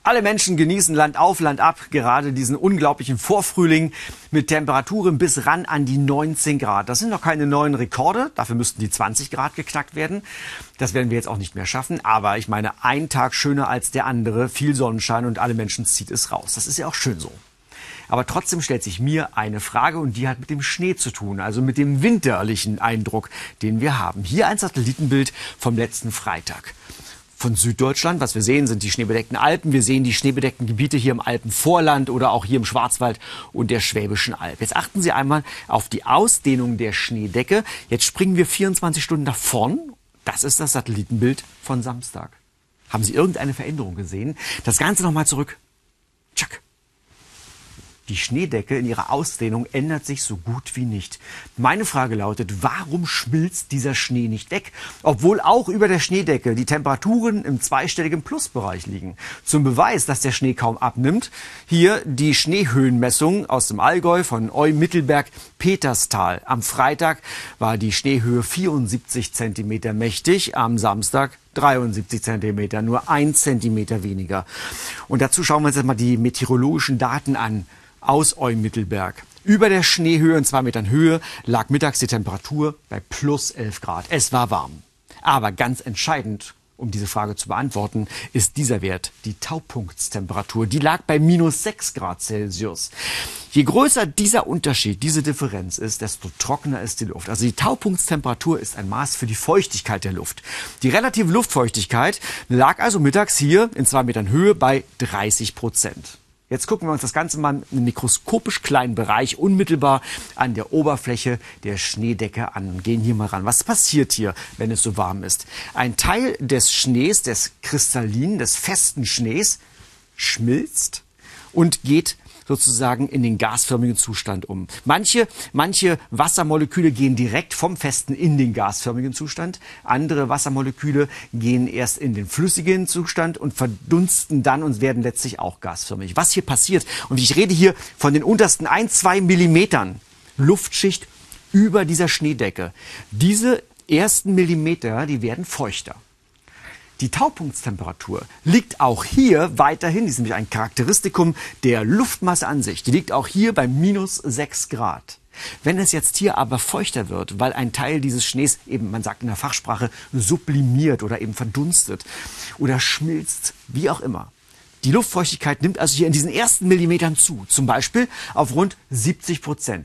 Alle Menschen genießen Land auf, Land ab gerade diesen unglaublichen Vorfrühling mit Temperaturen bis ran an die 19 Grad. Das sind noch keine neuen Rekorde, dafür müssten die 20 Grad geknackt werden. Das werden wir jetzt auch nicht mehr schaffen, aber ich meine, ein Tag schöner als der andere, viel Sonnenschein und alle Menschen zieht es raus. Das ist ja auch schön so. Aber trotzdem stellt sich mir eine Frage und die hat mit dem Schnee zu tun, also mit dem winterlichen Eindruck, den wir haben. Hier ein Satellitenbild vom letzten Freitag. Von Süddeutschland. Was wir sehen, sind die schneebedeckten Alpen. Wir sehen die schneebedeckten Gebiete hier im Alpenvorland oder auch hier im Schwarzwald und der Schwäbischen Alb. Jetzt achten Sie einmal auf die Ausdehnung der Schneedecke. Jetzt springen wir 24 Stunden nach vorn. Das ist das Satellitenbild von Samstag. Haben Sie irgendeine Veränderung gesehen? Das Ganze nochmal zurück. Tschack. Die Schneedecke in ihrer Ausdehnung ändert sich so gut wie nicht. Meine Frage lautet, warum schmilzt dieser Schnee nicht weg, obwohl auch über der Schneedecke die Temperaturen im zweistelligen Plusbereich liegen? Zum Beweis, dass der Schnee kaum abnimmt, hier die Schneehöhenmessung aus dem Allgäu von Eu-Mittelberg-Peterstal. Am Freitag war die Schneehöhe 74 Zentimeter mächtig, am Samstag 73 Zentimeter, nur 1 Zentimeter weniger. Und dazu schauen wir uns jetzt mal die meteorologischen Daten an aus Eu-Mittelberg. Über der Schneehöhe in 2 Metern Höhe lag mittags die Temperatur bei plus 11 Grad. Es war warm. Aber ganz entscheidend, um diese Frage zu beantworten, ist dieser Wert, die Taupunktstemperatur. Die lag bei minus 6 Grad Celsius. Je größer dieser Unterschied, diese Differenz ist, desto trockener ist die Luft. Also die Taupunktstemperatur ist ein Maß für die Feuchtigkeit der Luft. Die relative Luftfeuchtigkeit lag also mittags hier in 2 Metern Höhe bei 30%. Jetzt gucken wir uns das Ganze mal im mikroskopisch kleinen Bereich unmittelbar an der Oberfläche der Schneedecke an. Gehen hier mal ran. Was passiert hier, wenn es so warm ist? Ein Teil des Schnees, des kristallinen, des festen Schnees, schmilzt und geht sozusagen in den gasförmigen Zustand um. Manche Wassermoleküle gehen direkt vom festen in den gasförmigen Zustand. Andere Wassermoleküle gehen erst in den flüssigen Zustand und verdunsten dann und werden letztlich auch gasförmig. Was hier passiert, und ich rede hier von den untersten 1-2 Millimetern Luftschicht über dieser Schneedecke. Diese ersten Millimeter, die werden feuchter. Die Taupunktstemperatur liegt auch hier weiterhin, das ist nämlich ein Charakteristikum der Luftmasse an sich, die liegt auch hier bei minus 6 Grad. Wenn es jetzt hier aber feuchter wird, weil ein Teil dieses Schnees eben, man sagt in der Fachsprache, sublimiert oder eben verdunstet oder schmilzt, wie auch immer. Die Luftfeuchtigkeit nimmt also hier in diesen ersten Millimetern zu, zum Beispiel auf rund 70%.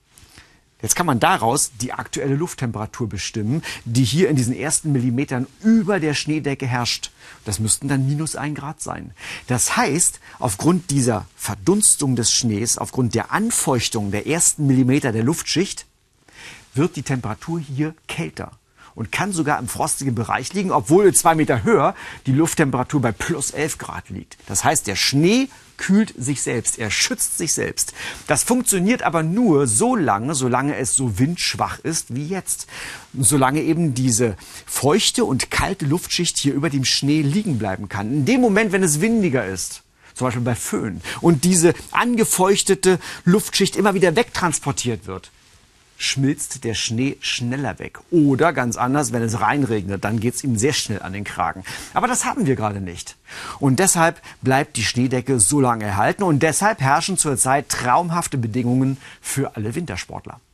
Jetzt kann man daraus die aktuelle Lufttemperatur bestimmen, die hier in diesen ersten Millimetern über der Schneedecke herrscht. Das müssten dann minus 1 Grad sein. Das heißt, aufgrund dieser Verdunstung des Schnees, aufgrund der Anfeuchtung der ersten Millimeter der Luftschicht, wird die Temperatur hier kälter und kann sogar im frostigen Bereich liegen, obwohl 2 Meter höher die Lufttemperatur bei plus 11 Grad liegt. Das heißt, der Schnee kühlt sich selbst, er schützt sich selbst. Das funktioniert aber nur so lange, solange es so windschwach ist wie jetzt. Solange eben diese feuchte und kalte Luftschicht hier über dem Schnee liegen bleiben kann. In dem Moment, wenn es windiger ist, zum Beispiel bei Föhn, und diese angefeuchtete Luftschicht immer wieder wegtransportiert wird, schmilzt der Schnee schneller weg. Oder ganz anders, wenn es reinregnet, dann geht es ihm sehr schnell an den Kragen. Aber das haben wir gerade nicht. Und deshalb bleibt die Schneedecke so lange erhalten und deshalb herrschen zurzeit traumhafte Bedingungen für alle Wintersportler.